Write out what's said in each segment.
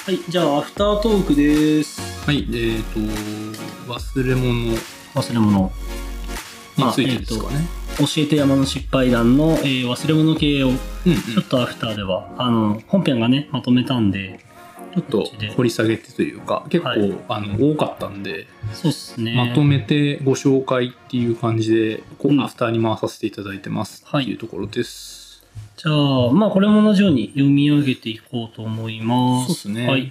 はい、じゃあアフタートークです。 はい、忘れ物に忘れ物ついてですかね。 教えて山の失敗談の、忘れ物系をちちょっとアフターでは、本編がねまとめたんで、 ちょっと掘り下げてというか、結構、 はい、 多かったんで、 そうっすね。 まとめてご紹介っていう感じでアフターに回させていただいてますっていうところです。 じゃあ、まあこれも同じように読み上げていこうと思います。 そうですね。 はい。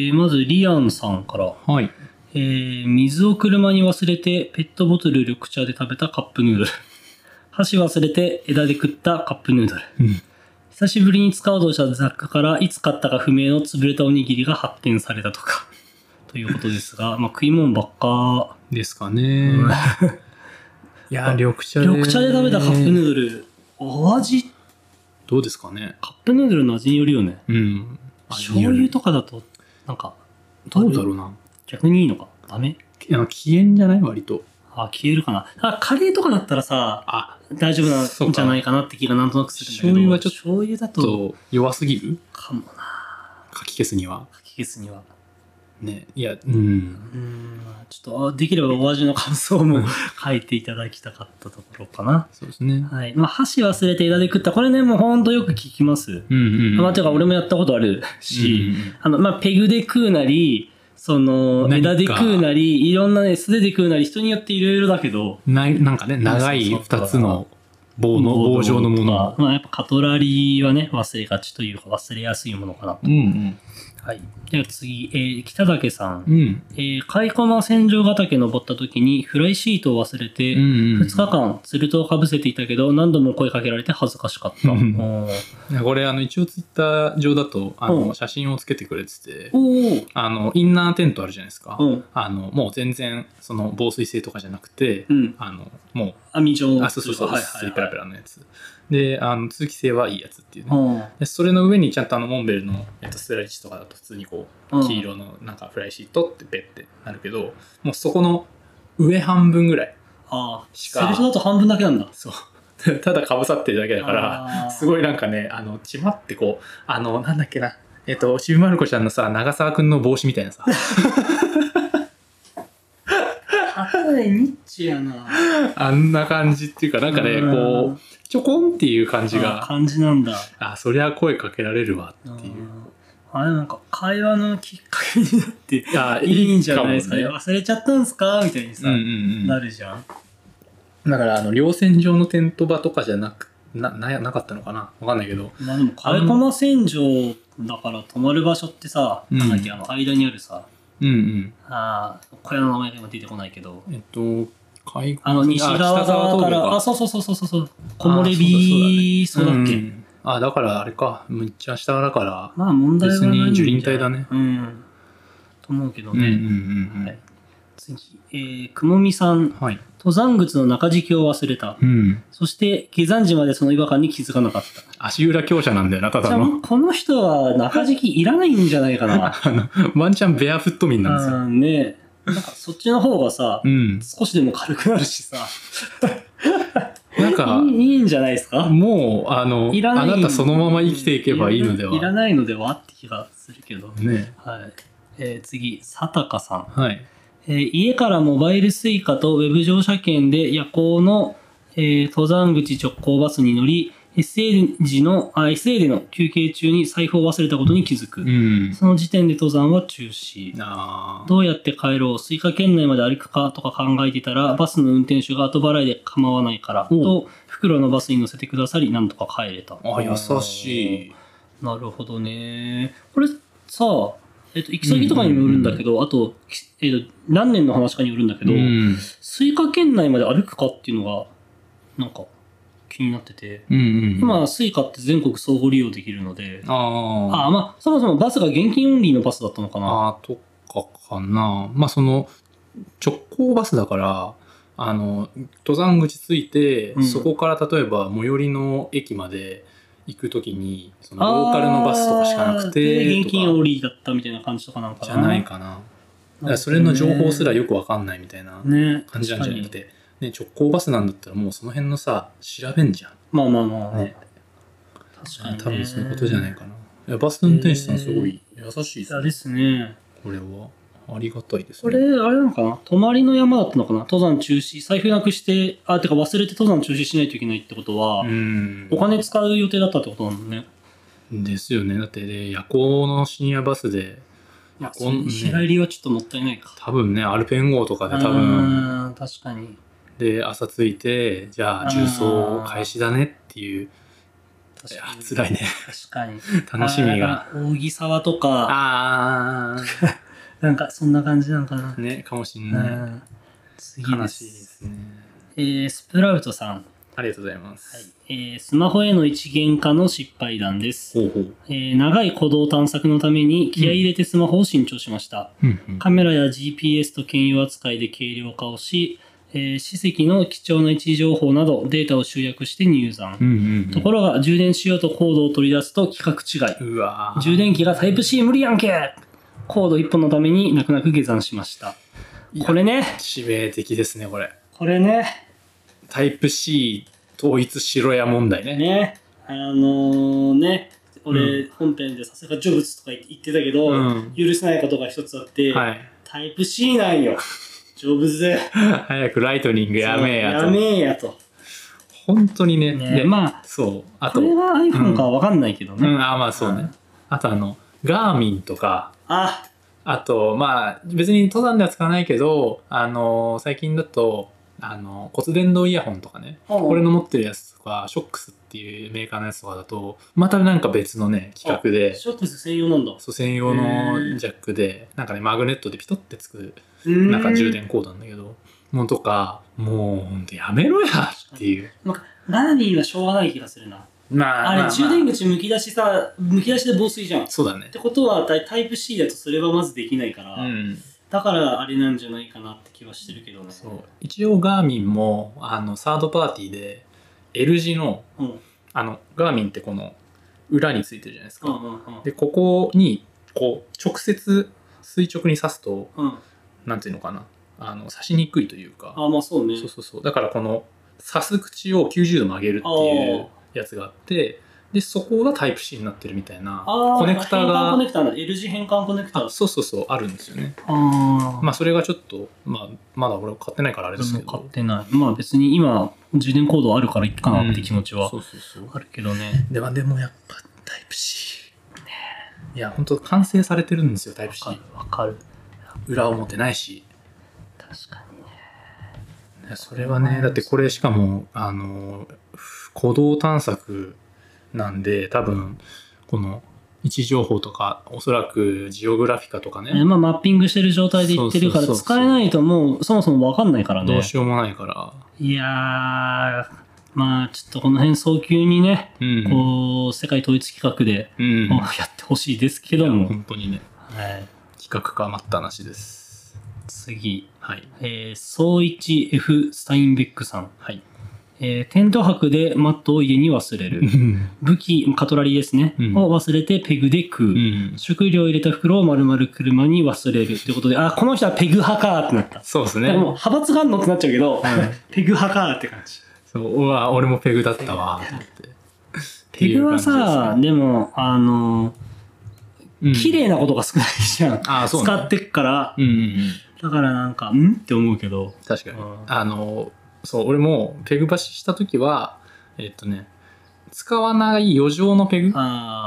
まずリアンさんから。 はい。 水を車に忘れてペットボトル緑茶で食べたカップヌードル。箸忘れて枝で食ったカップヌードル。久しぶりに使おうとした雑貨からいつ買ったか不明の潰れたおにぎりが発見されたとか。ということですが、まあ食い物ばっか。 ですかね。いや、緑茶で食べたカップヌードル、お味どうですかね。 カップヌードルの味によるよね。 うん。 醤油とかだと、なんか、 どうだろうな。 逆にいいのかダメ？ 消えんじゃない割と。 消えるかな。カレーとかだったらさ、大丈夫なんじゃないかなって気がなんとなくするんだけど。 醤油はちょっと醤油だと弱すぎるかもな。 かき消すには。ね、いや、 ちょっとできればお味の感想も書いていただきたかったところかな。 そうですね。 はい。まあ、箸忘れて枝で食った。これね、もうほんとよく聞きます。まあ、てか俺もやったことあるし、まあ、ペグで食うなり、枝で食うなり、いろんなね、素手で食うなり、人によっていろいろだけど。 なんかね、長い二つの棒状のもの。 まあ、やっぱカトラリーはね、忘れがちというか忘れやすいものかなと。はい。では次、北岳さん。開駒戦場ヶ岳登った時にフライシートを忘れて、2日間ツルトをかぶせていたけど、何度も声かけられて恥ずかしかった。 これ、一応ツイッター上だと、写真をつけてくれてて、インナーテントあるじゃないですか。もう全然、防水性とかじゃなくて、もう、 網状。 そう、薄いペラペラのやつ。で、通気性はいいやつっていうね。で、それの上にちゃんとモンベルの、ストライチとかだと普通にこう、黄色のなんかフライシートってペッてなるけど、もうそこの上半分ぐらいしか。 セルトだと半分だけなんだ。 そう。ただかぶさってるだけだから、すごいなんかね、ちまってこう、なんだっけな、ちびまる子ちゃんのさ、長澤くんの帽子みたいなさ。 ニッチやな。 あんな感じっていうか、なんかね、こう、ちょこんっていう感じが。 感じなんだ。 そりゃ声かけられるわっていう。 なんか会話のきっかけになっていいんじゃないですかね。忘れちゃったんすかみたいにさ、なるじゃん。 だから、稜線上のテント場とかじゃなかったのかなわかんないけど。 まあでも、開駒戦場だから泊まる場所ってさ、なんだっけ、間にあるさ、小屋の名前が今出てこないけど。西側から、そう。木漏れ日、そうだっけ。 だからあれか、めっちゃ下だから、 まあ問題はないんじゃない。 別に樹林帯だね。 と思うけどね。次、くもみさん。登山靴の中敷きを忘れた。そして、下山時までその違和感に気づかなかった。 足裏強者なんだよな、ただの。 この人は中敷きいらないんじゃないかな。 ワンチャンベアフット民なんですよ。 ねえ。なんかそっちの方がさ、少しでも軽くなるしさ。 なんか、 いいんじゃないですか？ もう、あなたそのまま生きていけばいいのでは。 いらないのではって気がするけど。 ね。 はい。次、佐高さん。 はい。 家からモバイルスイカとウェブ乗車券で夜行の、登山口直行バスに乗り、SA での休憩中に財布を忘れたことに気づく。その時点で登山は中止。どうやって帰ろう、スイカ圏内まで歩くかとか考えてたら、バスの運転手が後払いで構わないから、と、袋のバスに乗せてくださり、なんとか帰れた。 優しい。 なるほどね。これさ、行き先とかにもよるんだけど、あと、何年の話かによるんだけど、スイカ圏内まで歩くかっていうのが、なんか、気になってて、今、スイカって全国相互利用できるので、まあ、そもそもバスが現金オンリーのバスだったのかな。 とかな。まあ、直行バスだから、登山口着いて、そこから例えば最寄りの駅まで行くときに、ローカルのバスとかしかなくて、 現金オンリーだったみたいな感じとかなのかな。 じゃないかな。だからそれの情報すらよくわかんないみたいな感じなんじゃなくて、ね、直行バスなんだったらもうその辺のさ、調べんじゃん。 まあ。 ね。 確かに、 多分そういうことじゃないかな。バス運転手さんすごい優優しいですね。 ですね。 これはありがたいですこね。 れ、あれなのかな、泊まりの山だったのかな、登山中止、財布なくして、てか忘れて登山中止しないといけないってことは、お金使う予定だったってことなのね。 ですよね。だってね、夜行の深夜バスで、 夜行ね、日帰りはちょっともったいないか。 多分ね、アルペン号とかで多分。 確かに。 で、朝着いて、じゃあ重曹開始だねっていう。いや、辛いね。 確かに。 楽しみが。 扇沢とか。なんか、そんな感じなのかな。 ね、かもしんない。次悲しいですね。 スプラウトさん。 ありがとうございます。 スマホへの一元化の失敗談です。長い古道探索のために気合い入れてスマホを新調しました。カメラや GPS と兼用扱いで軽量化をし、史跡の貴重な位置情報などデータを集約して入山。ところが充電しようとコードを取り出すと規格違い。充電器がタイプ C 無理やんけ。コード1本のために泣く泣く下山しました。これね。 致命的ですね、これ。 これね。 タイプ C 統一しろや問題ね。 ね。俺、本編でさすが成仏とか言ってたけど、許せないことが一つあって、タイプ C なんよ。成仏で。 早くライトニングやめえやと。 やめえやと。 本当にね。 まあ、 そう。 あと。これは iPhone かはわかんないけどね。 まあそうね。あとガーミンとか、あと、まあ、別に登山では使わないけど、最近だと、骨伝導イヤホンとかね、これの持ってるやつとか、ショックスっていうメーカーのやつとかだと、またなんか別のね、企画で。 ショックス専用なんだ。 そう、専用のジャックで、なんかね、マグネットでピトってつく、なんか充電コードなんだけど、もうとか、もうほんとやめろやっていう。 ガーミンはしょうがない気がするな。あれ、充電口むき出しで防水じゃん。 そうだね。 ってことは、タイプ C だとそれはまずできないから、だからあれなんじゃないかなって気はしてるけどね。 そう。一応ガーミンも、サードパーティーで、L 字の、ガーミンってこの裏についてるじゃないですか。で、ここに、こう、直接垂直に刺すと、なんていうのかな。刺しにくいというか。 まあそうね。 そう。だからこの、刺す口を90度曲げるっていうやつがあって、で、そこがタイプ C になってるみたいな、コネクターが。 コネクターだ。L 字変換コネクター。 そう、あるんですよね。まあ、それがちょっと、まだ俺買ってないからあれですけど。 買ってない。まあ別に今、充電コードあるからいいかなって気持ちはあるけどね。 でもやっぱタイプ C。いや、本当完成されてるんですよ、タイプ C。 わかる。 裏表ないし。 確かにね。それはね、だってこれしかも、古道探索なんで、多分、この位置情報とか、おそらくジオグラフィカとかね。 マッピングしてる状態でいってるから、使えないともうそもそもわかんないからね。 どうしようもないから。 いやー、まあちょっとこの辺早急にね、こう、世界統一企画で、やってほしいですけども。 本当にね。企画化待った話です。 次。総一 F スタインベックさん。テント泊でマットを家に忘れる。武器、カトラリーですね。を忘れてペグで食う。食料を入れた袋を丸々車に忘れる。ということで、この人はペグ派かーってなった。 そうですね。 もう派閥があんのってなっちゃうけど、ペグ派かーって感じ。 そう、俺もペグだったわーって。 ペグはさ、でも、綺麗なことが少ないじゃん。使ってっから。だからなんか、って思うけど。 確かに。そう、俺もペグ箸したときは、使わない余剰のペグ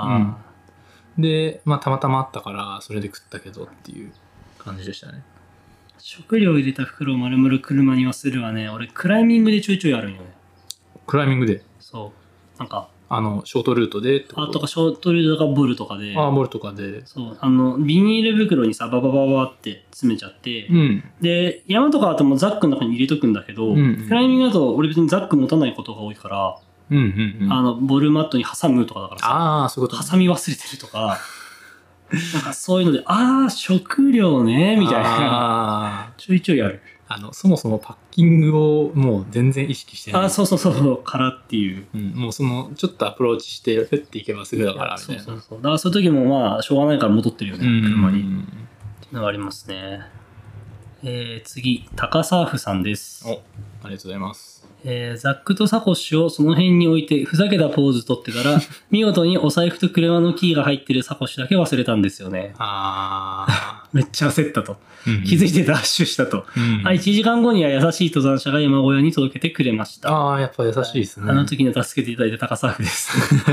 で、たまたまあったから、それで食ったけどっていう感じでしたね。 食料入れた袋を丸々車に忘れるはね、俺クライミングでちょいちょいあるんよね。 クライミングで？ そう。なんか、 ショートルートでってこと？ とか、ショートルートとかボルとかで。 ボルとかで。 そう。ビニール袋にさ、ババババって詰めちゃって。で、山とかだともうザックの中に入れとくんだけど、クライミングだと俺別にザック持たないことが多いから、ボルマットに挟むとかだからさ。 そういうこと。 挟み忘れてるとか、なんかそういうので、食料ね、みたいな。ちょいちょいある。 そもそもパッキングをもう全然意識してない。 そう、からっていう。 もうちょっとアプローチして、ふっていけばすぐだから、みたいな。 そう。だからそういう時もしょうがないから戻ってるよね、車に。っていうのがありますね。次、タカサーフさんです。 ありがとうございます。 ザックとサコッシュをその辺に置いてふざけたポーズ取ってたら、見事にお財布と車のキーが入ってるサコッシュだけ忘れたんですよね。めっちゃ焦ったと。気づいてダッシュしたと。1時間後には優しい登山者が山小屋に届けてくれました。 ああ、やっぱ優しいですね。 あの時には助けていただいた高サーフです。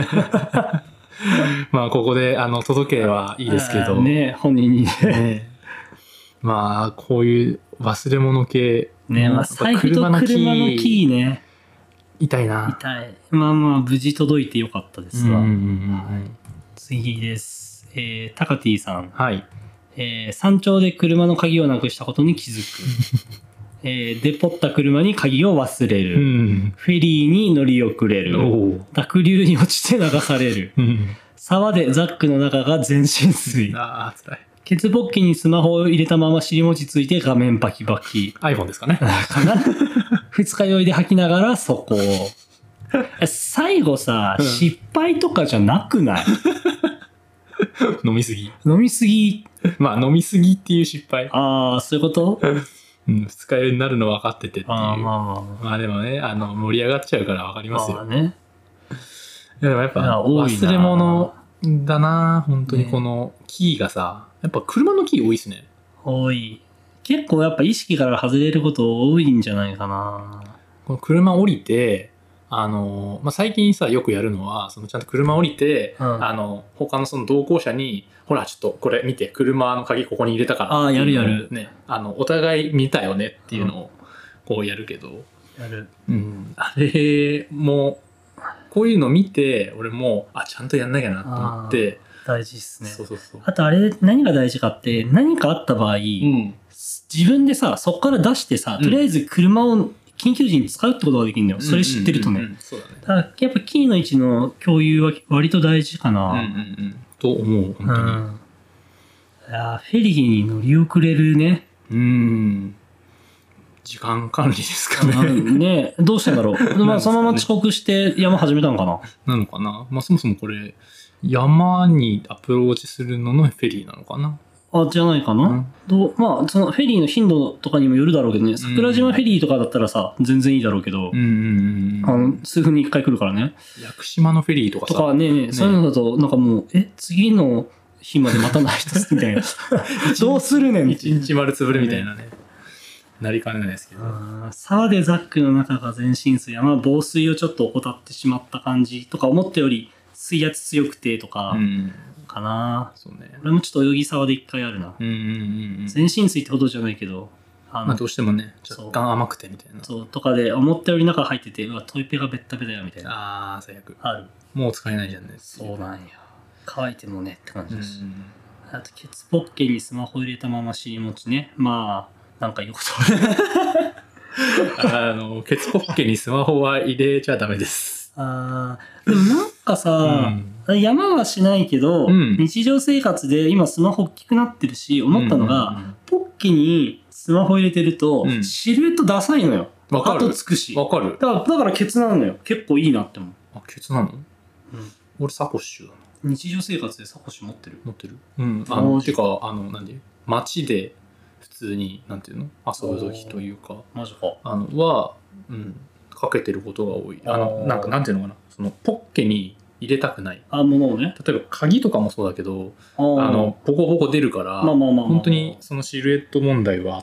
まあ、ここで、届けはいいですけど。 ね、本人にね。 まあ、こういう忘れ物系。 ね、まあ、財布と車のキーね。 痛いな。 痛い。まあまあ、無事届いてよかったですわ。次です。タカティさん。 はい。 山頂で車の鍵をなくしたことに気づく。デポった車に鍵を忘れる。フェリーに乗り遅れる。濁流に落ちて流される。沢でザックの中が全浸水。 ああ、辛い。 ケツポッケにスマホを入れたまま尻餅ついて画面バキバキ。 iPhone ですかね。 かな二日酔いで吐きながらそこを。最後さ、失敗とかじゃなくない飲みすぎ。 飲みすぎ。 まあ飲みすぎっていう失敗。 ああ、そういうこと二日酔いになるの分かっててっていう。 まあでもね、盛り上がっちゃうから分かりますよ。 ね。 いやでもやっぱ忘れ物だな、本当にこのキーがさ、やっぱ車のキー多いっすね。 多い。結構やっぱ意識から外れること多いんじゃないかな。 この車降りて、最近さ、よくやるのは、ちゃんと車降りて、他のその同行者に、ほら、ちょっとこれ見て、車の鍵ここに入れたから。 ああ、やるやる。 ね。お互い見たよねっていうのを、こうやるけど。 やる。 あれも、こういうの見て、俺も、ちゃんとやんなきゃなと思って。 大事っすね。 そうそうそう。 あとあれ、何が大事かって、何かあった場合、自分でさ、そこから出してさ、とりあえず車を緊急時に使うってことができるんだよ。それ知ってるとね。 そうだね。 だからやっぱキーの位置の共有は割と大事かな。 と思う、本当に。 いやフェリーに乗り遅れるね。 時間管理ですかね。 ねどうしたんだろう。まあ、そのまま遅刻して山始めたのかな。 なのかな。まあ、そもそもこれ、山にアプローチするののフェリーなのかな。 じゃないかな。まあ、そのフェリーの頻度とかにもよるだろうけどね。桜島フェリーとかだったらさ、全然いいだろうけど、数分に一回来るからね。 屋久島のフェリーとかさ。 とかね、そういうのだと、なんかもう、次の日まで待たないと、みたいな。どうするねん。 一日丸つぶれみたいなね。なりかねないですけど。 沢でザックの中が全浸水や、まあ、防水をちょっと怠ってしまった感じとか、思ったより水圧強くてとか、かな。 そうね。 俺もちょっと泳ぎ沢で一回あるな。全浸水ってほどじゃないけど、 どうしてもね、若干甘くてみたいな。 そう、とかで思ったより中入ってて、トイペがベッタベタやみたいな。 ああ、最悪。 ある。 もう使えないじゃんね。 そうなんや。乾いてもねって感じだし。あと、ケツポッケにスマホ入れたまま尻餅ね。まあ、なんか言うことケツポッケにスマホは入れちゃダメです。 でもなんかさ、山はしないけど、日常生活で今スマホ大きくなってるし、思ったのが、ポッケにスマホ入れてると、シルエットダサいのよ。 わかる。 後つくし。 わかる。 だからケツなのよ。結構いいなって思う。 ケツなの？俺サコッシュだな。 日常生活でサコッシュ持ってる？ 持ってる。てか、街で普通に、なんていうの？遊ぶ時というか。 マジか。 かけてることが多い。なんていうのかな。その、ポッケに入れたくない。 物をね。 例えば、鍵とかもそうだけど、ボコボコ出るから、本当にそのシルエット問題はあって、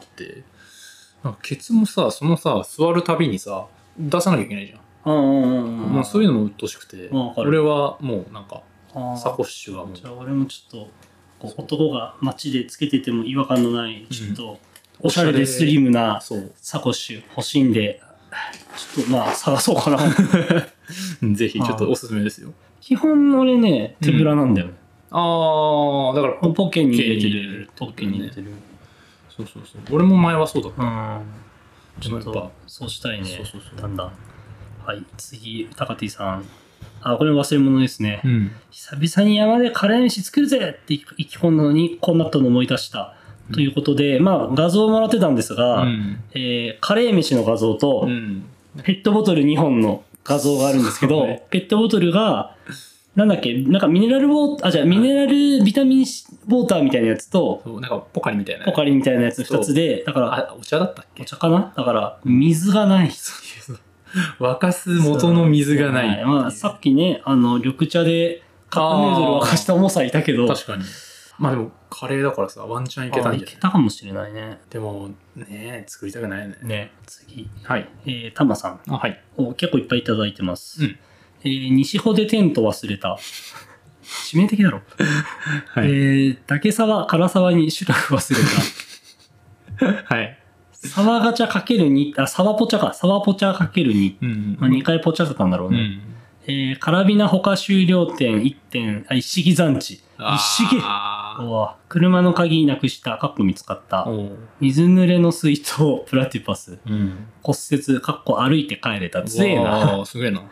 ケツもさ、座るたびにさ、出さなきゃいけないじゃん。そういうのも鬱陶しくて、俺はもうなんか、サコッシュはもう。 じゃあ俺もちょっと、男が街でつけてても違和感のない、ちょっと、おしゃれでスリムなサコッシュ欲しいんで、ちょっとまあ探そうかな。 ぜひちょっとおすすめですよ。 基本俺ね、手ぶらなんだよね。 だからポッケに入れてる。ポッケに入れてる。 そう。俺も前はそうだった。 ちょっとそうしたいね。だんだん。はい、次、タカティさん。これ忘れ物ですね。久々に山でカレー飯作るぜって意気込んだのに、こうなったのを思い出した。ということで、画像をもらってたんですが、カレー飯の画像と、ペットボトル2本の画像があるんですけど、ペットボトルが、なんだっけ、なんかミネラルビタミンウォーターみたいなやつと、 なんかポカリみたいな。 ポカリみたいなやつ2つで、だから、 お茶だったっけ？ お茶かな？だから、水がない。 沸かす元の水がないっていう。 まあ、さっきね、緑茶でカップヌードル沸かした重さいたけど。 確かに。まあでも、カレーだからさ、ワンチャンいけたんじゃない？ いけたかもしれないね。 でも、ね作りたくないね。 ね、次。 はい。 タマさん。 はい。 結構いっぱいいただいてます。 うん。 西穂でテント忘れた。致命的だろ。 はい。 竹沢、唐沢にシュラフ忘れた。 はい。 沢ガチャかける2、沢ポチャか。沢ポチャかける2。まあ、2回ポチャってたんだろうね。カラビナ他終了点1点、一式残地。一式車の鍵なくした、見つかった。水濡れの水筒、プラティパス。骨折、歩いて帰れた。強えな。 すげえな。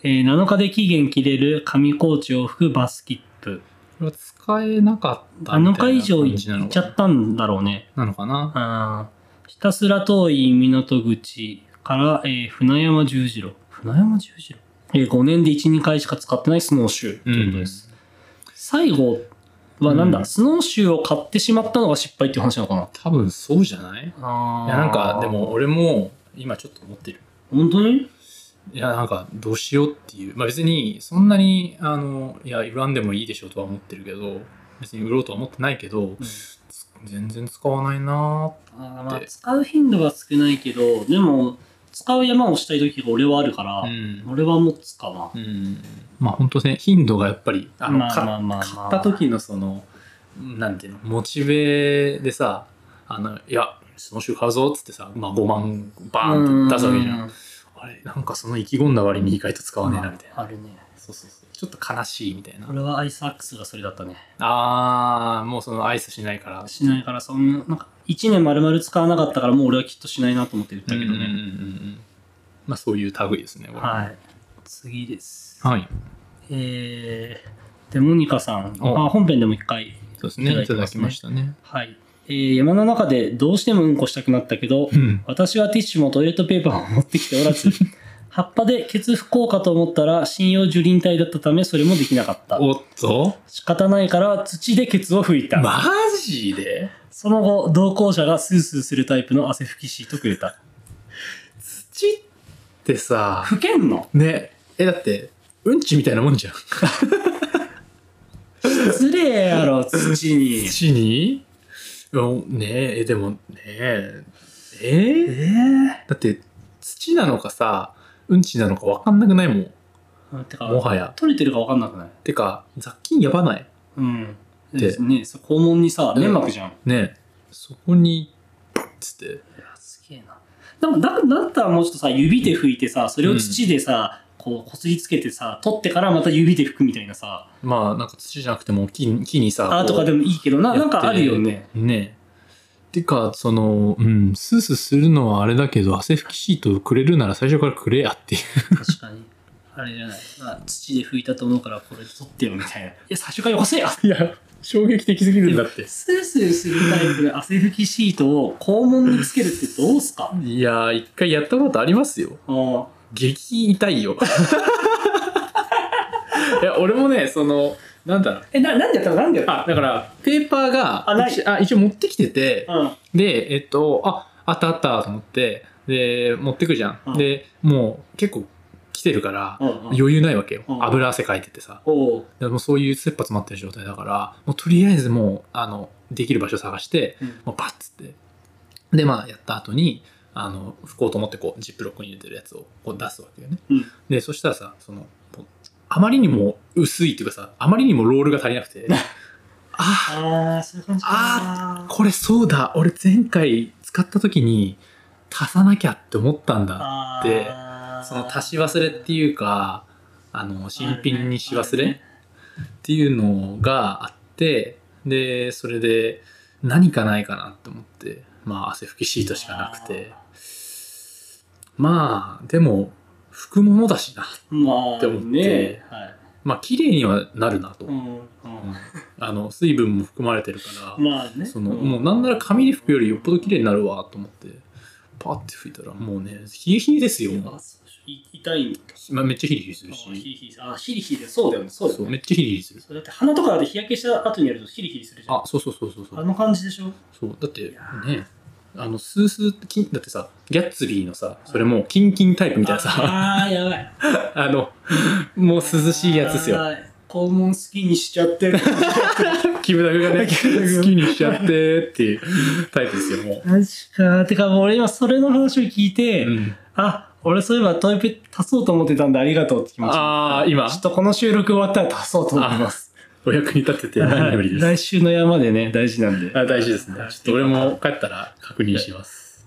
7日で期限切れる上高地往復バスキップ。 これは使えなかった 7日以上行っちゃったんだろうね。 なのかな。 ひたすら遠い港口から、船山十字路。船山十字路5年で1、2回しか使ってないスノーシューということです。最後はなんだ、スノーシューを買ってしまったのが失敗っていう話なのかな？ 多分そうじゃない？いやなんかでも俺も今ちょっと思ってる。 本当に？ いやなんかどうしようっていう。まあ別にそんなにいや売らんでもいいでしょうとは思ってるけど、別に売ろうとは思ってないけど、全然使わないなーって。 まあ使う頻度が少ないけど、でも使う山をしたい時が俺はあるから、俺は持つかな。 まあ本当ね、頻度がやっぱり、買った時のその、なんていうの、モチベでさ、いや、その週買うぞっつってさ、まあ5万バーンって出すわけじゃん。あれ、なんかその意気込んだ割に意外と使わねえなみたいな。 あるね。 そうそうそう。ちょっと悲しいみたいな。 俺はアイスアックスがそれだったね。 もうそのアイスしないから。 しないから、なんか1年丸々使わなかったからもう俺はきっとしないなと思って言ったけどね。 まあそういう類ですね。 はい。次です。 はい。 デモニカさん。本編でも一回そうですね。いただきましたね。 はい。山の中でどうしてもうんこしたくなったけど、私はティッシュもトイレットペーパーを持ってきておらず、葉っぱでケツ拭こうかと思ったら針葉樹林帯だったためそれもできなかった。 おっと？ 仕方ないから土でケツを拭いた。 マジで？ その後、同行者がスースーするタイプの汗拭きシートくれた。 土ってさ、 拭けんの？ ね。だって、うんちみたいなもんじゃん。 失礼やろ、土に。 土に？ねえ、でもねだって土なのかさうんちなのか分かんなくないもん。 てかもはや取れてるか分かんなくない？ てか雑菌やばない？ ですね。肛門にさ粘膜じゃん。 ねそこにつって。いやすげえな。でもだったらもうちょっとさ指で拭いてさそれを土でさ、こうこすりつけてさ取ってからまた指で拭くみたいなさ。 まあなんか土じゃなくても木にさとかでもいいけどなんかあるよね。 ねてかそのスースーするのはあれだけど汗拭きシートをくれるなら最初からくれやっていう。 確かにあれじゃない、土で拭いたと思うからこれ取ってよみたいな。いや最初からよこせや。 いや衝撃的すぎるんだって。 スースーするタイプの汗拭きシートを肛門につけるってどうすか？ いや一回やったことありますよ。激痛いよ。いや俺もねそのなんだろう。 なんでやったの？なんでやったの？ だからペーパーが一応持ってきてて、であったと思ってで持ってくじゃん。でもう結構来てるから余裕ないわけよ。油汗かいててさ。でもそういう切羽詰まってる状態だからもうとりあえずもうできる場所探して、もうパッつってでまあやった後に拭こうと思ってこうジップロックに入れてるやつをこう出すわけよね。でそしたらさそのあまりにも薄いっていうかさあまりにもロールが足りなくてそういう感じか。 これそうだ俺前回使った時に足さなきゃって思ったんだってその足し忘れっていうか新品にし忘れっていうのがあってでそれで何かないかなって思ってまあ汗拭きシートしかなくてまあでも拭くものだしなって思って、まあ綺麗にはなるなと、水分も含まれてるからそのもうなんなら紙で拭くよりよっぽど綺麗になるわと思ってパッて拭いたらもうねヒリヒリですよ。 痛い。 めっちゃヒリヒリするし。 ヒリヒリそうだよね。そうめっちゃヒリヒリする。 だって鼻とかで日焼けした後にやるとヒリヒリするじゃん。 そう。 あの感じでしょ。 そうだってねスースーってだってさ、ギャッツビーのさ、それもうキンキンタイプみたいなさ、 あー、やばい。 もう涼しいやつですよ。 肛門好きにしちゃってる。 キムタクがね、好きにしちゃってっていうタイプですよ、もう。 マジか。てか、もう俺今それの話を聞いて、あ、俺そういえばトイペ足そうと思ってたんでありがとうって気持ち。 ああ、今。 ちょっとこの収録終わったら足そうと思います。 お役に立てて何よりです。 来週の山でね、大事なんで。 大事ですね。ちょっと俺も帰ったら確認します。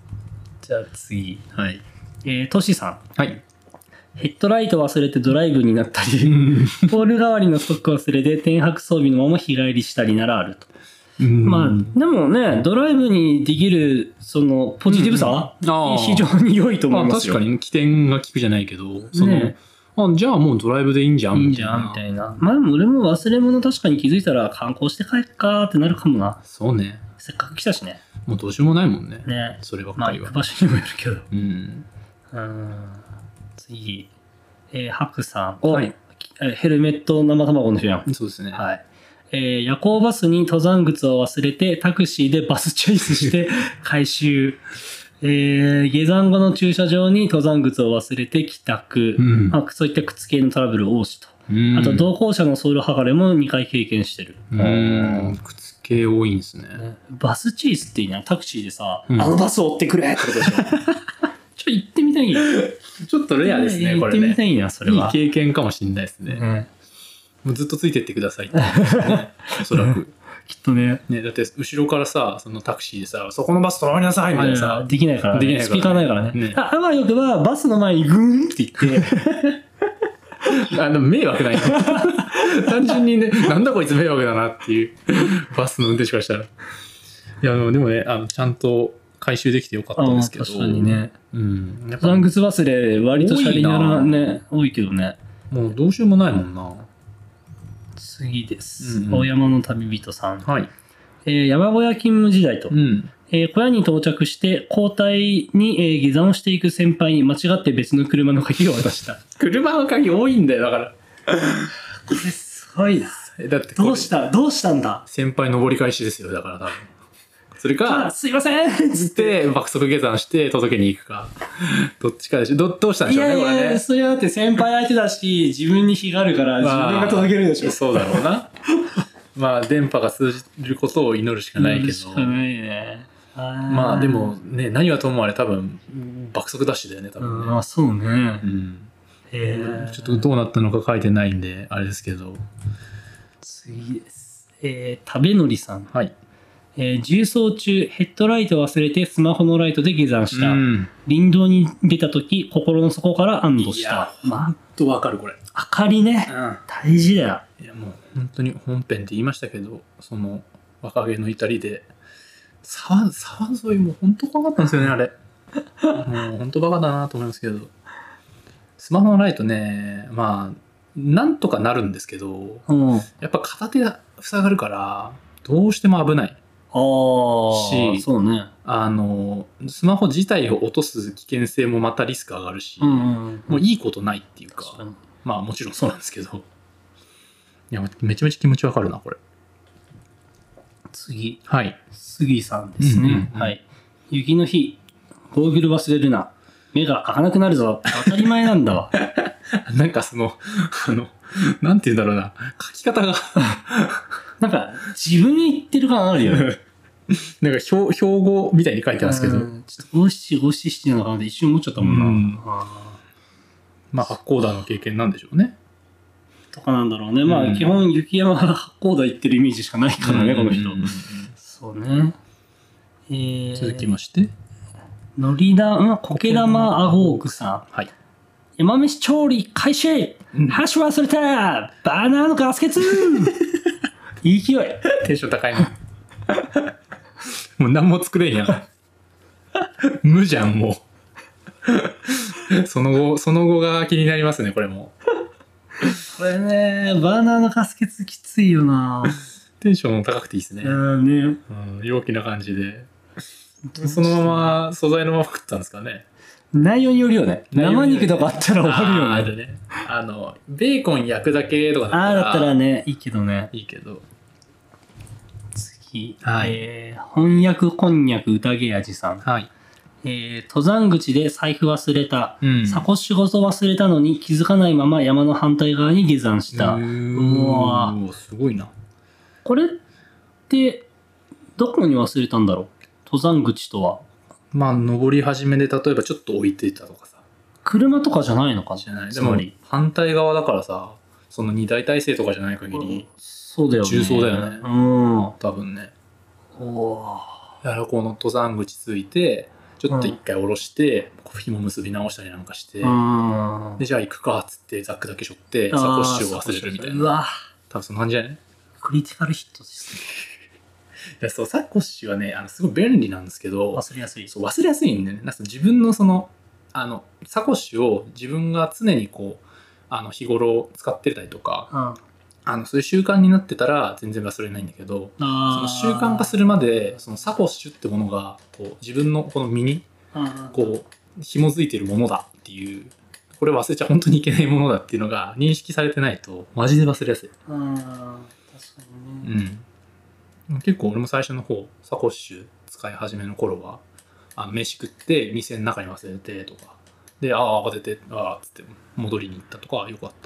じゃあ次。 はい。 トシさん。 はい。 ヘッドライト忘れてドライブになったり、ポール代わりのストック忘れて天白装備のまま日帰りしたりならあると。まあ、でもね、ドライブにできる、その、ポジティブさ、非常に良いと思いますよ。 確かに起点が効くじゃないけど、じゃあもうドライブでいいんじゃん。 いいんじゃん、みたいな。まあ、俺も忘れ物確かに気づいたら観光して帰っかーってなるかもな。 そうね。 せっかく来たしね。 もうどうしようもないもんね。 ね。 そればっかりは。 まあ、行く場所にもよるけど。次。ハクさん。はい。ヘルメット生卵の人やん。 そうですね。 はい。夜行バスに登山靴を忘れてタクシーでバスチェイスして回収。下山後の駐車場に登山靴を忘れて帰宅。まあ、そういった靴系のトラブル多しと。あと同行者のソウル剥がれも2回経験してる。 靴系多いんですね。 バスチェイスっていいな。タクシーでさ、あのバスを追ってくれってことでしょ。行ってみたい。 ちょっとレアですね、これね。 行ってみたいな、それは。 いい経験かもしれないですね。もうずっとついてってくださいって、ね。おそらく。 きっとね。 だって後ろからさ、そのタクシーでさ、そこのバス止まりなさいみたいなさ。 できないからね。スピーカーないからね。あわよくばバスの前にグーンって言って。 迷惑ない単純にね、なんだこいつ迷惑だなっていう、バスの運転手からしたら。いや、でもね、ちゃんと回収できてよかったんですけど。 確かにね。 登山靴忘れ、割と車輪ならね、多いけどね。 もうどうしようもないもんな。 次です。大山の旅人さん。 はい。 山小屋勤務時代と。小屋に到着して交代に、下山をしていく先輩に間違って別の車の鍵を渡した。 車の鍵多いんだよ、だから。 これすごいです。 だってどうしたんだ先輩登り返しですよ、だから多分。それか、 すいませんつって、爆速下山して届けに行くか。どっちかでしょ。どうしたんでしょうね、これね。 いや、それはだって先輩相手だし、自分に非があるから自分が届けるでしょ。 そうだろうな。まあ、電波が通じることを祈るしかないけど。 しかないね。 まあ、でもね、何はともあれ多分、爆速ダッシュだよね、多分ね。 まあ、そうね。 ちょっとどうなったのか書いてないんで、あれですけど。 次です。食べのりさん。 はい。 重走中、ヘッドライトを忘れてスマホのライトで下山した。林道に出たとき、心の底から安堵した。 ほんとわかる、これ。 明かりね。大事だよ。 いや、もう本当に本編って言いましたけど、その若気の至りで、沢沿いも本当怖かったんですよね、あれ。もう本当バカだなと思いますけど。スマホのライトね、まあ、なんとかなるんですけど、やっぱ片手が塞がるから、どうしても危ない。 そうね。 スマホ自体を落とす危険性もまたリスク上がるし、もういいことないっていうか、まあもちろんそうなんですけど、いや、めちゃめちゃ気持ちわかるな、これ。 次。 はい。 杉さんですね。はい。雪の日、ゴーグル忘れるな。目が開かなくなるぞ。当たり前なんだわ。 なんかなんて言うんだろうな。書き方がなんか、自分に言ってる感あるよね。 なんか標語みたいに書いてますけど。ちょっと五七七なのかなって一瞬思っちゃったもんな。 まあ、八甲田の経験なんでしょうね。 とかなんだろうね。まあ、基本雪山八甲田行ってるイメージしかないからね、この人。そうね。 続きまして。 のりだ、苔玉あごうくさん。 はい。 山飯調理開始、箸忘れたバナナのガスケツ勢いテンション高いの。もう何も作れんやん。無じゃん、もう。その後が気になりますね、これも。 これね、バナナのガスケツきついよな。 テンション高くていいですね。陽気な感じで。そのまま、素材のまま食ったんですかね。 内容によるよね。生肉とかあったら終わるよね。 あるね。ベーコン焼くだけとかだったら。 だったらね、いいけどね。 いいけど。 き、 はい、 翻訳こんにゃく宴味さん。 はい。 登山口で財布忘れた。 うんサコッシュごと忘れたのに気づかないまま山の反対側に下山した。うわぁ。 すごいな。 これって、どこに忘れたんだろう？登山口とは。 まあ、登り始めで例えばちょっと置いてたとかさ。 車とかじゃないのかな？ じゃない。でも、反対側だからさ、その二大体制とかじゃない限り、 そうだよね。 重曹だよね。 うん。 多分ね。 おー。 だからこの登山口ついて、ちょっと一回下ろして、紐結び直したりなんかして、で、じゃあ行くかっつってザックだけ背負って、サコッシュを忘れるみたいな。 うわ多分そんな感じじゃない？ クリティカルヒットですね。 いや、そう、サコッシュはね、すごい便利なんですけど、 忘れやすい。 そう、忘れやすいんでね。なんか自分のその、サコッシュを自分が常にこう、日頃使ってたりとか、そういう習慣になってたら全然忘れないんだけど、その習慣化するまで、そのサコッシュってものが、こう、自分のこの身に、こう、紐づいてるものだっていう、これ忘れちゃ本当にいけないものだっていうのが認識されてないと、マジで忘れやすい。 確かにね。 結構俺も最初の方、サコッシュ使い始めの頃は、飯食って店の中に忘れてとか、で、慌てて、つって戻りに行ったとかよくあった。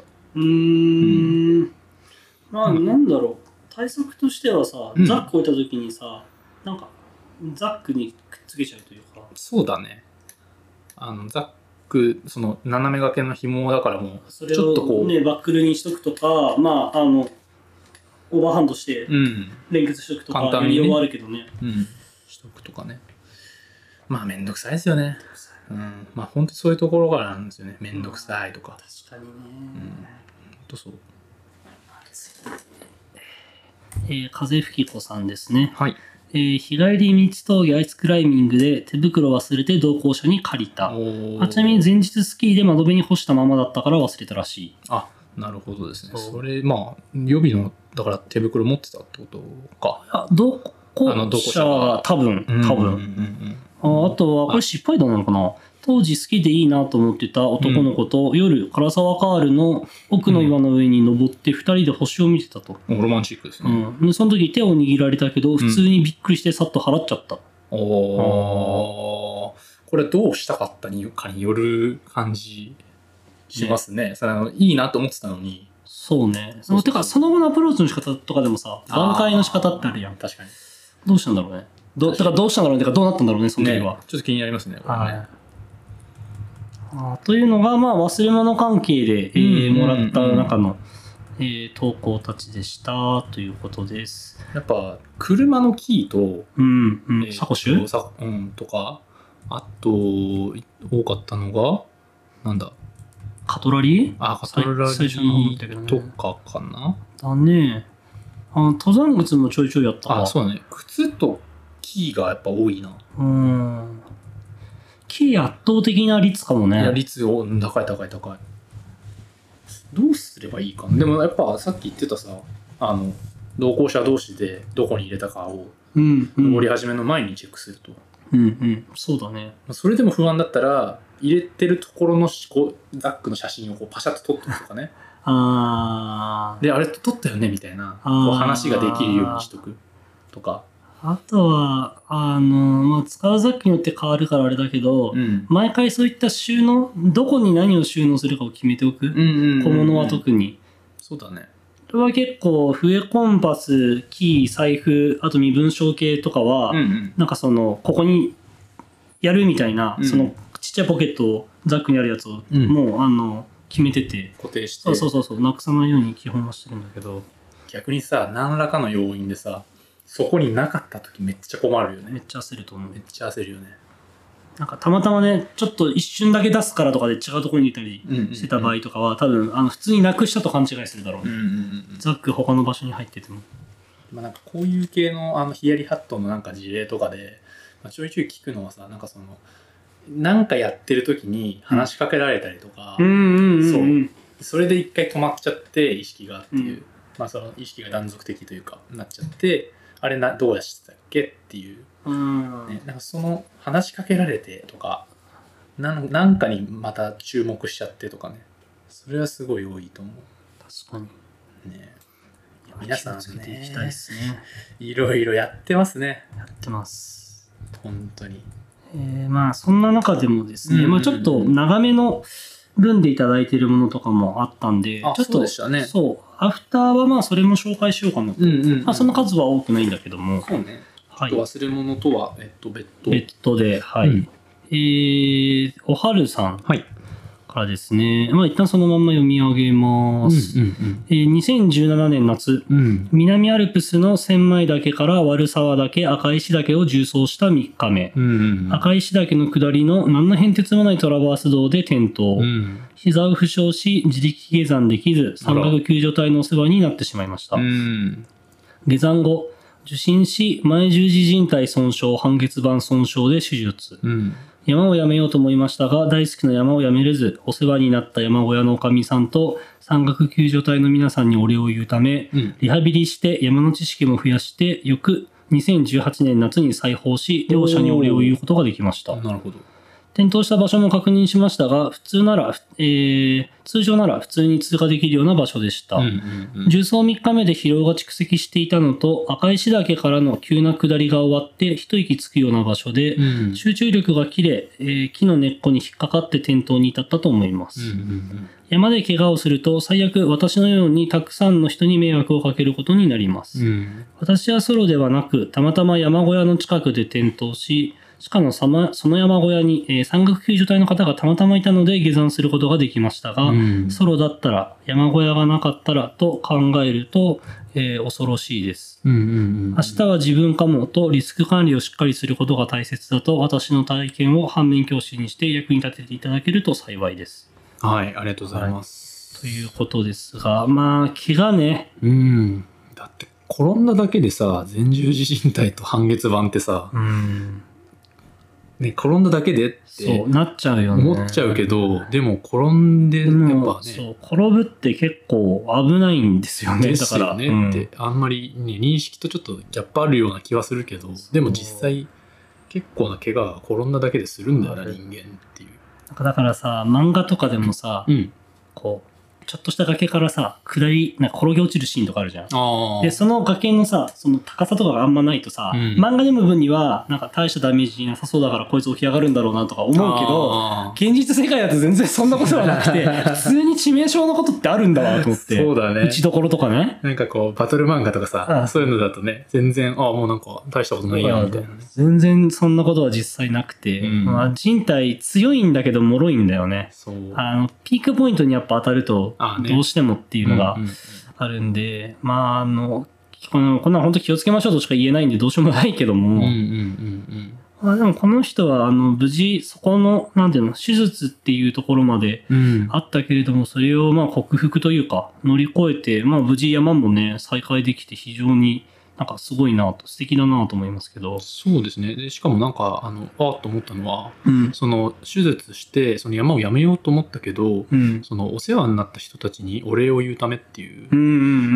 まあ、なんだろう。対策としてはさ、ザック置いた時にさ、なんか、ザックにくっつけちゃうというか。 そうだね。ザック、その斜め掛けの紐だからもう、 ちょっとこう。ね、バックルにしとくとか、まあ、オーバーハンドして連結しとくとか、 簡単にね、 やりようあるけどね。 しとくとかね。まあ、めんどくさいですよね。まあ、本当にそういうところからなんですよね。めんどくさいとか。 確かにね。 本当そう。 風吹子さんですね。 はい。 日帰り道峠アイスクライミングで手袋忘れて同行者に借りた。ちなみに前日スキーで窓辺に干したままだったから忘れたらしい。 あ、なるほどですね。それ、まあ、予備の、だから手袋持ってたってことか。 同行者は多分。あとは、これ失敗談なのかな？当時好きでいいなと思ってた男の子と、夜、唐沢カールの奥の岩の上に登って二人で星を見てたと。 ロマンチックですね。 その時手を握られたけど、普通にびっくりしてさっと払っちゃった。 これどうしたかったかによる感じしますね。いいなと思ってたのに。 そうね。てか、その後のアプローチの仕方とかでもさ、挽回の仕方ってあるやん。 確かに。 どうしたんだろうね。だからどうしたんだろうね。どうなったんだろうね、その時は。 ちょっと気になりますね、これね。 というのが、まあ、忘れ物関係で、もらった中の、投稿たちでしたということです。 やっぱ、車のキーと、 サコッシュとか、あと、多かったのが、なんだ。 カトラリー？ カトラリーとかかな？ だね。登山靴もちょいちょいやったわ。 そうだね。靴とキーがやっぱ多いな。 キー圧倒的な率かもね。 いや、率を、高い。どうすればいいかな。でもやっぱさっき言ってたさ、同行者同士でどこに入れたかを、登り始めの前にチェックすると。 そうだね。 それでも不安だったら、入れてるところのザックの写真をこうパシャッと撮っておくとかね。で、あれ撮ったよねみたいな、こう話ができるようにしとくとか。 あとは、まあ、使うザックによって変わるからあれだけど、毎回そういった収納、どこに何を収納するかを決めておく。小物は特に。 そうだね。 これは結構、笛コンパス、キー、財布、あと身分証系とかは、なんかここにやるみたいな、そのちっちゃいポケットをザックにあるやつを、もう、決めてて。 固定して。 そう、なくさないように基本はしてるんだけど。 逆にさ、何らかの要因でさ、そこになかった時めっちゃ困るよね。 めっちゃ焦ると思う。 めっちゃ焦るよね。 なんかたまたまね、ちょっと一瞬だけ出すからとかで違うところにいたりしてた場合とかは、多分普通になくしたと勘違いするだろうね。ザック他の場所に入ってても。 まあなんかこういう系のヒヤリハットのなんか事例とかで、ちょいちょい聞くのはさ、なんかなんかやってる時に話しかけられたりとか、それで一回止まっちゃって意識がっていう、まあその意識が断続的というかなっちゃって、あれどうやしてたっけっていう、なんかその話しかけられてとかなんかにまた注目しちゃってとかね、それはすごい多いと思う。 確かにね。い皆さん気をつけていきたいですね。 いろいろやってますね。 やってます。 本当に。 まあそんな中でもですね、まあちょっと長めの文でいただいているものとかもあったんで、ちょっとそうでしたね。 そう、アフターはまあそれも紹介しようかなと。まあその数は多くないんだけども。 そうね。 はい。 忘れ物とは、 別途で、はい。おはるさんからですね、まあ一旦そのまんま読み上げます。2017年夏、南アルプスの千枚岳から悪沢岳、赤石岳を縦走した3日目。赤石岳の下りの何の変哲もないトラバース道で転倒。膝を負傷し、自力下山できず、山岳救助隊のお世話になってしまいました。下山後、受診し、前十字靭帯損傷、半月板損傷で手術。山を辞めようと思いましたが、大好きな山を辞めれず、お世話になった山小屋のおかみさんと山岳救助隊の皆さんにお礼を言うため、リハビリして山の知識も増やして、翌2018年夏に再訪し、両者にお礼を言うことができました。 なるほど。 転倒した場所も確認しましたが、通常なら普通に通過できるような場所でした。重走3日目で疲労が蓄積していたのと、赤石岳からの急な下りが終わって一息つくような場所で、集中力が切れ、木の根っこに引っかかって転倒に至ったと思います。山で怪我をすると、最悪私のようにたくさんの人に迷惑をかけることになります。私はソロではなく、たまたま山小屋の近くで転倒し、しかもその山小屋に、山岳救助隊の方がたまたまいたので下山することができましたが、ソロだったら、山小屋がなかったらと考えると、恐ろしいです。明日は自分かもとリスク管理をしっかりすることが大切だと、私の体験を反面教師にして役に立てていただけると幸いです。 はい、ありがとうございます。 ということですが、まあ、怪我ね。 だって転んだだけでさ、前十字靭帯と半月板ってさ、ね、転んだだけでってそうなっちゃうよね。 思っちゃうけど、でも転んでやっぱね、 そう転ぶって結構危ないんですよね。 ですよねってあんまり、ね、認識とちょっとギャップあるような気はするけど、でも実際結構な怪我が転んだだけでするんだよな、人間っていう。 だからさ、漫画とかでもさ、こうちょっとした崖からさ、下り、なんか転げ落ちるシーンとかあるじゃん。で、その崖のさ、その高さとかがあんまないとさ、漫画でも分には、なんか大したダメージなさそうだからこいつ起き上がるんだろうなとか思うけど、現実世界だと全然そんなことはなくて、普通に致命傷のことってあるんだわと思って。 そうだね。 打ちどころとかね。 なんかこう、バトル漫画とかさ、そういうのだとね、全然、もうなんか大したことないやみたいなね。 全然そんなことは実際なくて、まあ、人体強いんだけど脆いんだよね。ピークポイントにやっぱ当たると、どうしてもっていうのがあるんで、まあこんな本当気をつけましょうとしか言えないんでどうしようもないけども、でもこの人は無事そこのなんていうの手術っていうところまであったけれども、それをまあ克服というか乗り越えて、まあ無事山もね再開できて非常になんかすごいなと、素敵だなと思いますけど。 そうですね。でしかもなんかと思ったのは、その手術してその山をやめようと思ったけど、そのお世話になった人たちにお礼を言うためっていう、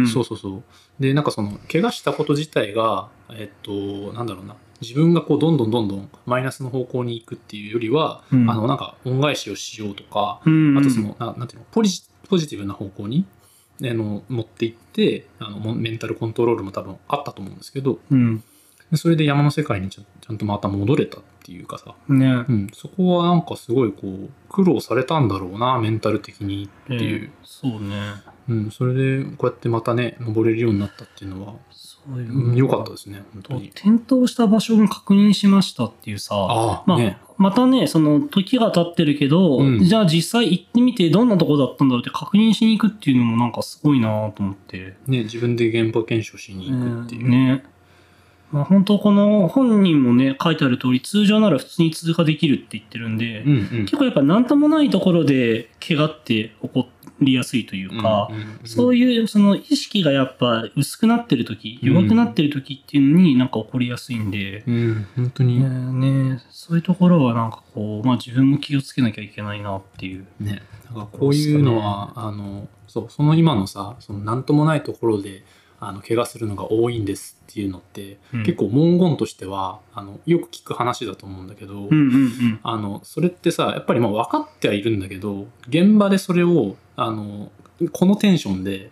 そう。でなんかその怪我したこと自体がなんだろうな、自分がこうどんどんマイナスの方向に行くっていうよりは、なんか恩返しをしようとか、あとそのなんていうの、ポジティブな方向に持っていってメンタルコントロールも多分あったと思うんですけど、それで山の世界にちゃんとまた戻れたっていうかさ、そこはなんかすごいこう苦労されたんだろうな、メンタル的にっていう、 そうね、 それでこうやってまたね登れるようになったっていうのは良かったですね。本当に転倒した場所も確認しましたっていうさ、またね、その時が経ってるけど、じゃあ実際行ってみてどんなとこだったんだろうって確認しに行くっていうのもなんかすごいなと思って。 ね、自分で現場検証しに行くっていう。 ね。まあ、本当この本人もね、書いてある通り、通常なら普通に通過できるって言ってるんで、結構やっぱ何ともないところで怪我って起こりやすいというか、そういうその意識がやっぱ薄くなってる時、弱くなってる時っていうのになんか起こりやすいんで、 本当にね、そういうところはなんかこう、まあ自分も気をつけなきゃいけないなっていう。 ね、なんかこういうのは、その今のさ、その何ともないところで、怪我するのが多いんですっていうのって、結構文言としてはよく聞く話だと思うんだけど、それってさやっぱり分かってはいるんだけど、現場でそれをこのテンションで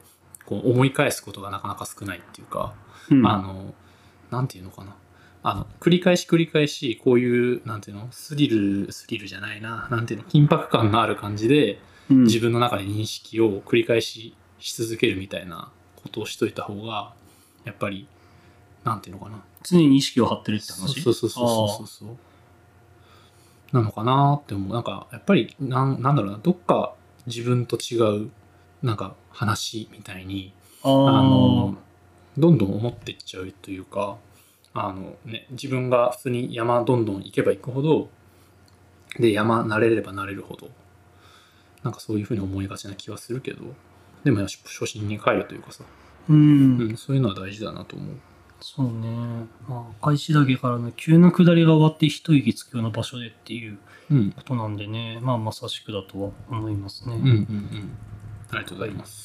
こう思い返すことがなかなか少ないっていうか、 うん、 なんていうのかな。繰り返し、こういう、なんていうの、スリルじゃないな、なんていうの、緊迫感のある感じで、自分の中で認識を繰り返し続けるみたいなことをしといた方が、やっぱり、なんていうのかな。 常に意識を張ってるって話？ そう。なのかなって思う。なんか、やっぱり、なんだろうな、どっか自分と違う、なんか話みたいに、どんどん思っていっちゃうというか、自分が普通に山どんどん行けば行くほど、で、山慣れれば慣れるほど、なんかそういうふうに思いがちな気はするけど、でも初心に帰るというかさ、そういうのは大事だなと思う。 そうね。赤石岳からの急な下りが終わって一息つくような場所でっていうことなんでね、まさしくだとは思いますね。 ありがとうございます。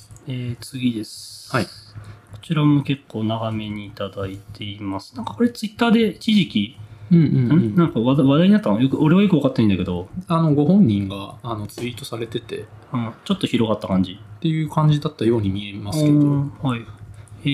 次です。 はい。 こちらも結構長めにいただいています。なんかこれツイッターで一時期、なんか話題になったの俺はよく分かってないんだけど、 ご本人がツイートされてて、 ちょっと広がった感じっていう感じだったように見えますけど、 はい。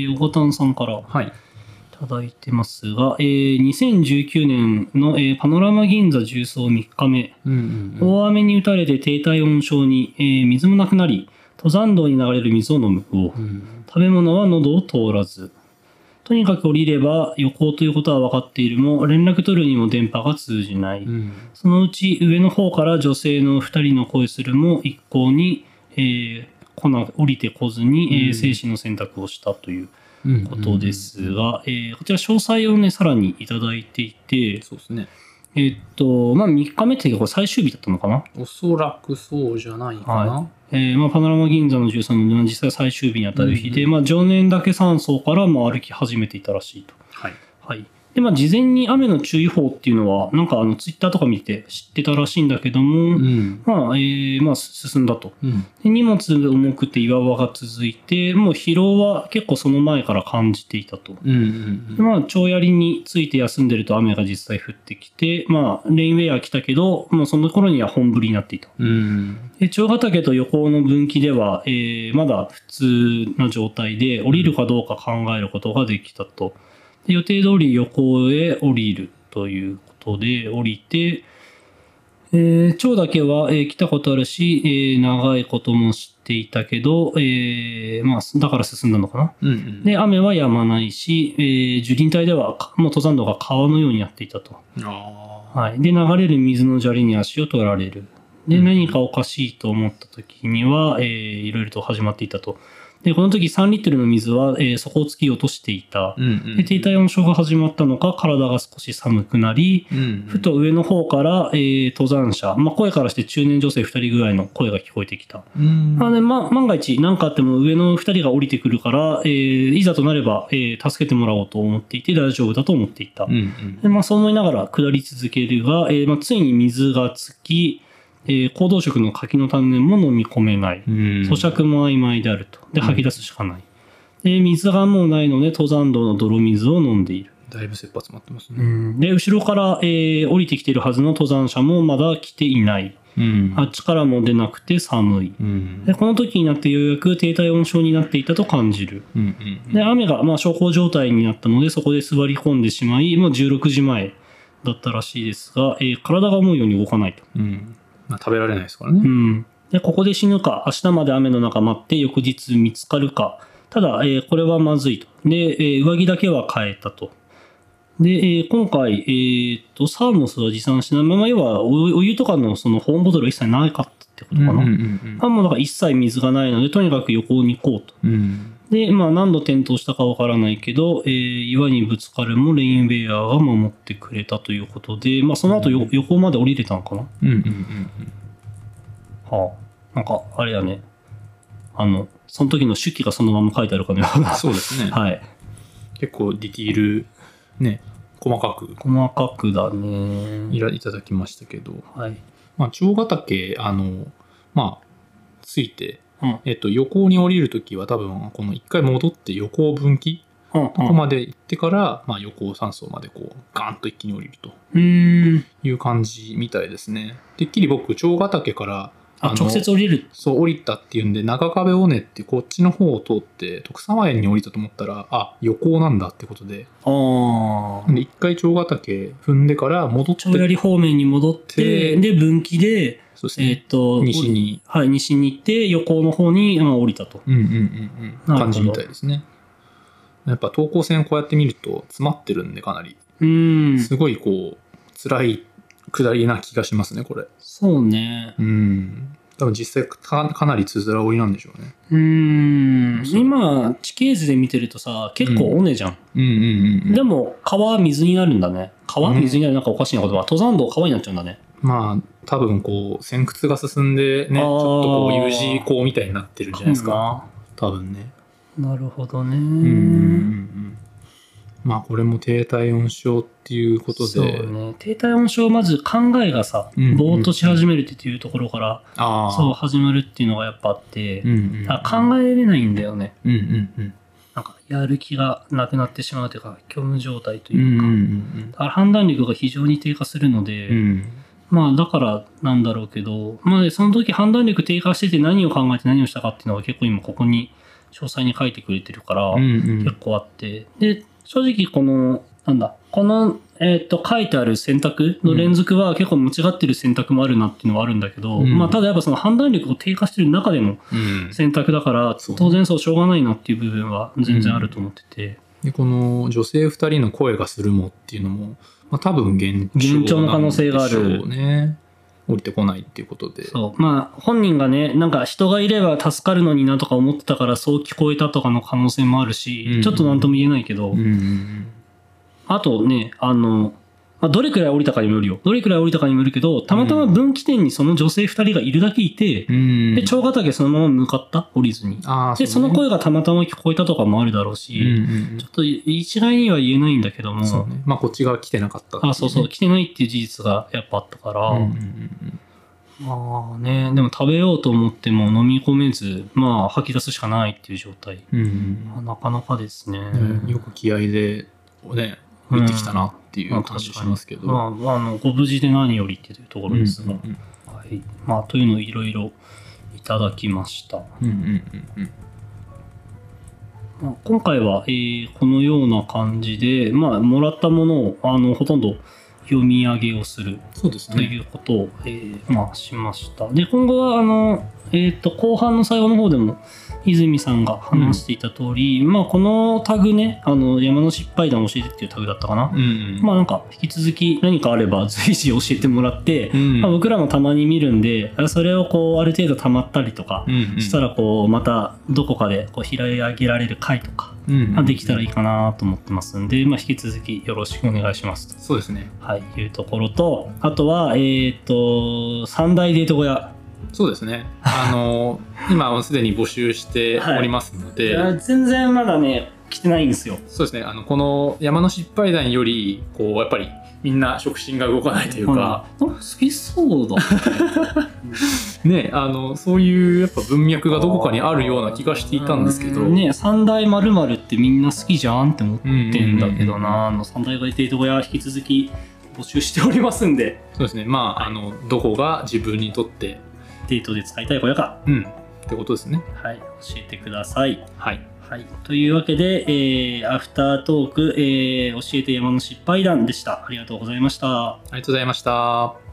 おごたんさんからいただいてますが、2019年の、パノラマ銀座重走3日目、大雨に打たれて低体温症に、水もなくなり、登山道に流れる水を飲む。食べ物は喉を通らず。とにかく降りれば予行ということは分かっているも、連絡取るにも電波が通じない。そのうち上の方から女性の2人の声するも一向に、降りてこずに、生死の選択をしたということですが、こちら詳細をね、さらにいただいていて、 そうですね。 3日目ってこれ最終日だったのかな？ おそらくそうじゃないかな。 パノラマ銀座の13の実際最終日にあたる日で、常念岳山荘から歩き始めていたらしいと。で、事前に雨の注意報っていうのは、なんかツイッターとか見て知ってたらしいんだけども、進んだと。で荷物重くて岩場が続いて、もう疲労は結構その前から感じていたと。で長槍について休んでると雨が実際降ってきて、レインウェア来たけど、もうその頃には本降りになっていた。で長ヶ岳と横尾の分岐では、まだ普通な状態で降りるかどうか考えることができたと。で予定通り横へ降りるということで降りて、長岳は、来たことあるし、長いことも知っていたけど、だから進んだのかな。で雨は止まないし、樹林帯ではもう登山道が川のようになっていたと。で流れる水の砂利に足を取られる。で何かおかしいと思った時には、いろいろと始まっていたと。でこの時3リットルの水は、底を突き落としていた。で低体温症が始まったのか体が少し寒くなり、ふと上の方から、登山者、声からして中年女性2人ぐらいの声が聞こえてきた。万が一何かあっても上の2人が降りてくるから、いざとなれば、助けてもらおうと思っていて大丈夫だと思っていた。でそう思いながら下り続けるが、ついに水が尽き、行動食の柿の種も飲み込めない。咀嚼も曖昧であると。で、吐き出すしかない。で、水がもうないので、登山道の泥水を飲んでいる。 だいぶ切羽詰まってますね。 で、後ろから、降りてきているはずの登山者もまだ来ていない。あっちからも出なくて寒い。で、この時になってようやく低体温症になっていたと感じる。で、雨が、小康状態になったので、そこで座り込んでしまい、もう16時前だったらしいですが、体が思うように動かないと。 食べられないですからね。 でここで死ぬか、明日まで雨の中待って翌日見つかるか。ただ、これはまずいと。で、上着だけは変えたと。で、今回、サーモスは持参しないまま、要はお湯とかのその保温ボトルは一切なかったってことかな。もうだから一切水がないので、とにかく横に行こうと。で、何度転倒したかわからないけど、岩にぶつかるもレインウェアが守ってくれたということで、その後横まで降りれたのかな。なんか、あれだね。その時の手記がそのまま書いてあるかのような。 そうですね。結構ディティール、ね、細かくだね。 いただきましたけど。長ヶ岳、ついて、横に降りるときは多分、この一回戻って横分岐、ここまで行ってから、横山荘までこう、ガーンと一気に降りるという感じみたいですね。てっきり僕、長ヶ岳から直接降りる。 そう、降りたっていうんで、長壁尾根ってこっちの方を通って、徳沢園に降りたと思ったら、あ、横尾なんだってことで。で、一回長ヶ岳踏んでから戻って。 長槍方面に戻って、で、分岐で、 そうですね。西に。 はい、西に行って、横尾の方に降りたと。 感じみたいですね。やっぱ東高線こうやって見ると詰まってるんで、かなり。すごいこう、辛い下りな気がしますね、これ。 そうね。 多分実際かなりつづら折りなんでしょうね。 今、地形図で見てるとさ、結構尾根じゃん。でも、川は水になるんだね。川、水になるなんかおかしいな言葉。登山道川になっちゃうんだね。 まあ、多分こう、先屈が進んでね、ちょっとこう U 字溝みたいになってるんじゃないですか。多分ね。 なるほどね。 まあこれも低体温症っていうことで。 そうね。低体温症、まず考えがさ、ぼーっとし始めるっていうところから、そう始まるっていうのがやっぱあって、考えれないんだよね。なんかやる気がなくなってしまうというか、虚無状態というか、だから判断力が非常に低下するので、まあだからなんだろうけど、まあその時判断力低下してて何を考えて何をしたかっていうのが結構今ここに詳細に書いてくれてるから、結構あって、で、正直この、書いてある選択の連続は結構間違ってる選択もあるなっていうのはあるんだけど、まあただやっぱその判断力が低下してる中での選択だから、当然そうしょうがないなっていう部分は全然あると思ってて。 で、この女性2人の声がするもっていうのも、まあ多分幻聴の可能性がある。 降りてこないっていうことで。 そう。まあ本人がね、なんか人がいれば助かるのになとか思ってたからそう聞こえたとかの可能性もあるし、ちょっとなんとも言えないけど、あとね、まあ、どれくらい降りたかにもよるよ。どれくらい降りたかにもよるけど、たまたま分岐点にその女性2人がいるだけいて、で、長ヶ岳そのまま向かった降りずに。で、その声がたまたま聞こえたとかもあるだろうし、ちょっと一概には言えないんだけども。 そうね。まあ、こっち側来てなかったっていうね。 そう、来てないっていう事実がやっぱあったから、まあね、でも食べようと思っても飲み込めず、まあ吐き出すしかないっていう状態。なかなかですね。 よく気合で、ね、降りてきたなっていう感じしますけど。 ご無事で何よりっていうところですが。はい。まあ、というのをいろいろいただきました。今回は、このような感じで、まあ、もらったものを、ほとんど読み上げをするということを、まあ、しました。で、今後は、後半の最後の方でも、泉さんが話していた通り、まあこのタグね、山の失敗談教えてっていうタグだったかな。まあなんか引き続き何かあれば随時教えてもらって、まあ、僕らもたまに見るんで、それをこうある程度溜まったりとかしたらこうまたどこかでこう拾い上げられる回とかできたらいいかなと思ってますんで、まあ引き続きよろしくお願いしますと。 そうですね。 はい、いうところと、あとは三大デート小屋。 そうですね。今はすでに募集しておりますので、 全然まだね来てないんですよ。 そうですね。この山の失敗談よりこうやっぱりみんな触心が動かないというか、 好きそうだね、そういうやっぱ文脈がどこかにあるような気がしていたんですけど、 ね、三大〇〇ってみんな好きじゃんって思ってんだけどな、三大がデート小屋引き続き募集しておりますんで。 そうですね。まあどこが自分にとってデートで使いたい小屋か。 ってことですね。 はい、教えてください。 はい。 はい。というわけで、アフタートーク、教えて山の失敗談でした。ありがとうございました。 ありがとうございました。